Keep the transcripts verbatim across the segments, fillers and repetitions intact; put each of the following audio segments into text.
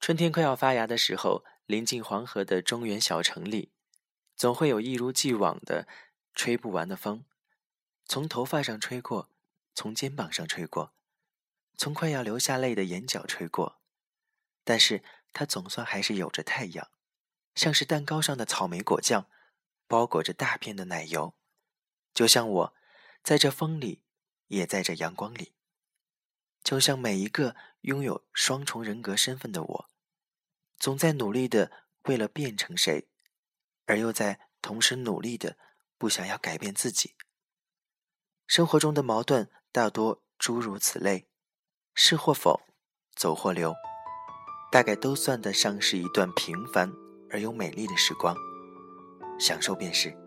春天快要发芽的时候，临近黄河的中原小城里，总会有一如既往的吹不完的风，从头发上吹过，从肩膀上吹过，从快要流下泪的眼角吹过。但是它总算还是有着太阳，像是蛋糕上的草莓果酱，包裹着大片的奶油。就像我，在这风里，也在这阳光里。就像每一个拥有双重人格身份的我，总在努力的为了变成谁，而又在同时努力的不想要改变自己。生活中的矛盾大多诸如此类，是或否，走或留，大概都算得上是一段平凡而又美丽的时光，享受便是。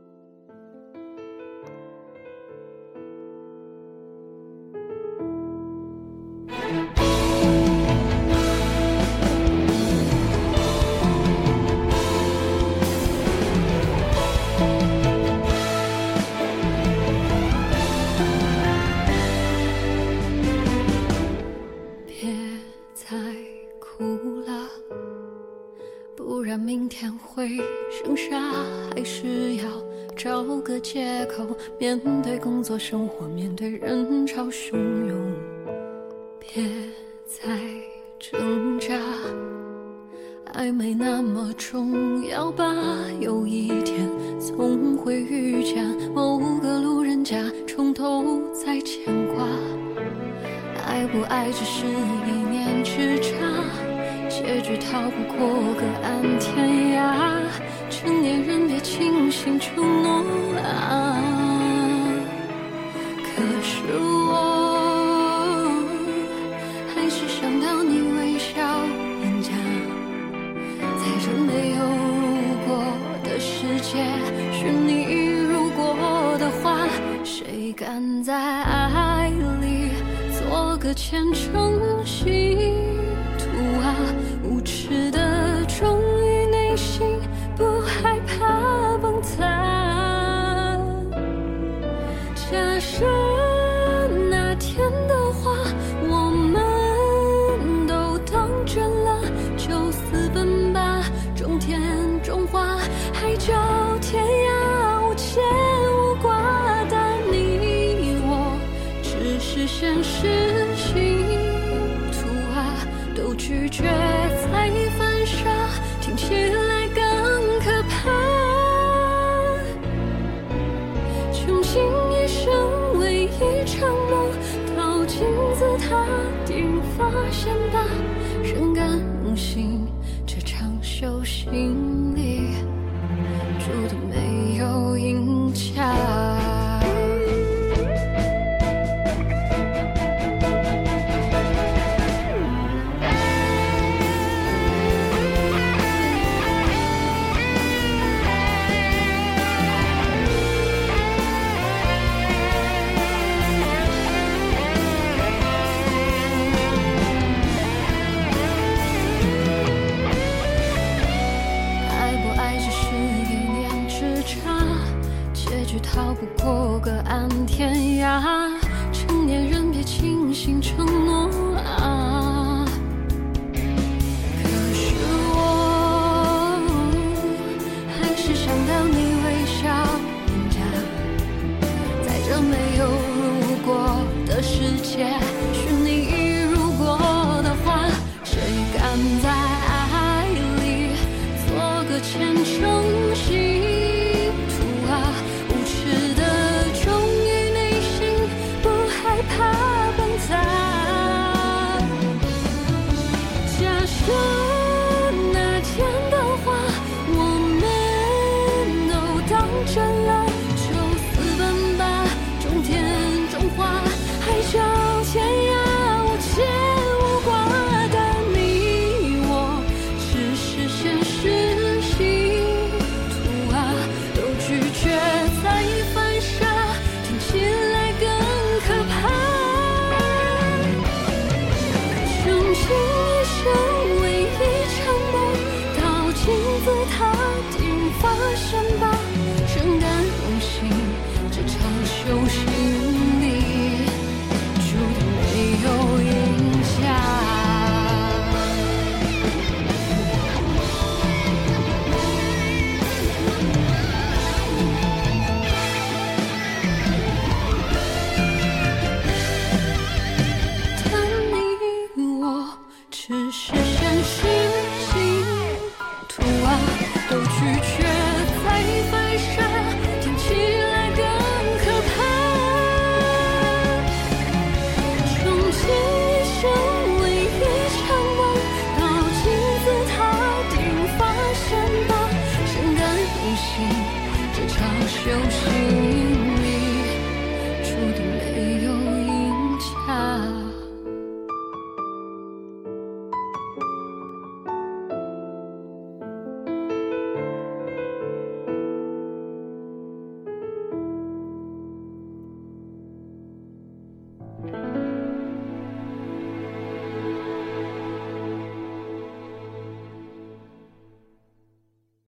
明天会剩下，还是要找个借口面对工作生活，面对人潮汹涌。别再挣扎，爱没那么重要吧，有一天总会遇见某个路人甲，从头再牵挂。爱不爱只是一念之差，结局逃不过隔岸天涯，成年人别轻信承诺啊。可是我还是想到你微笑脸颊，在这没有如果的世界，是你如果的话，谁敢在爱里做个虔诚信徒啊？无耻的忠于内心，不害怕崩塌。假设那天的话我们都当真了，就私奔吧，种田种花，海角天涯无牵无挂，但你我只是现实性徒啊，都拒绝再犯傻，听起来更可怕。穷尽一生为一场梦，到金字塔顶发现吧，仍敢荣幸这场修行里注定没有赢家。逃不过隔岸天涯，成年人别轻信承诺啊。可是我还是想到你微笑脸颊，在这没有如果的世界，是你如果的话，谁敢在爱里做个虔诚信徒啊？怕崩塌。假设那天的话我们都当真了，就私奔吧，种田种花，海角天涯无牵无挂，但你我只是现实性徒啊，都拒绝再犯傻，听起来更可怕。穷尽一生为一只是现实。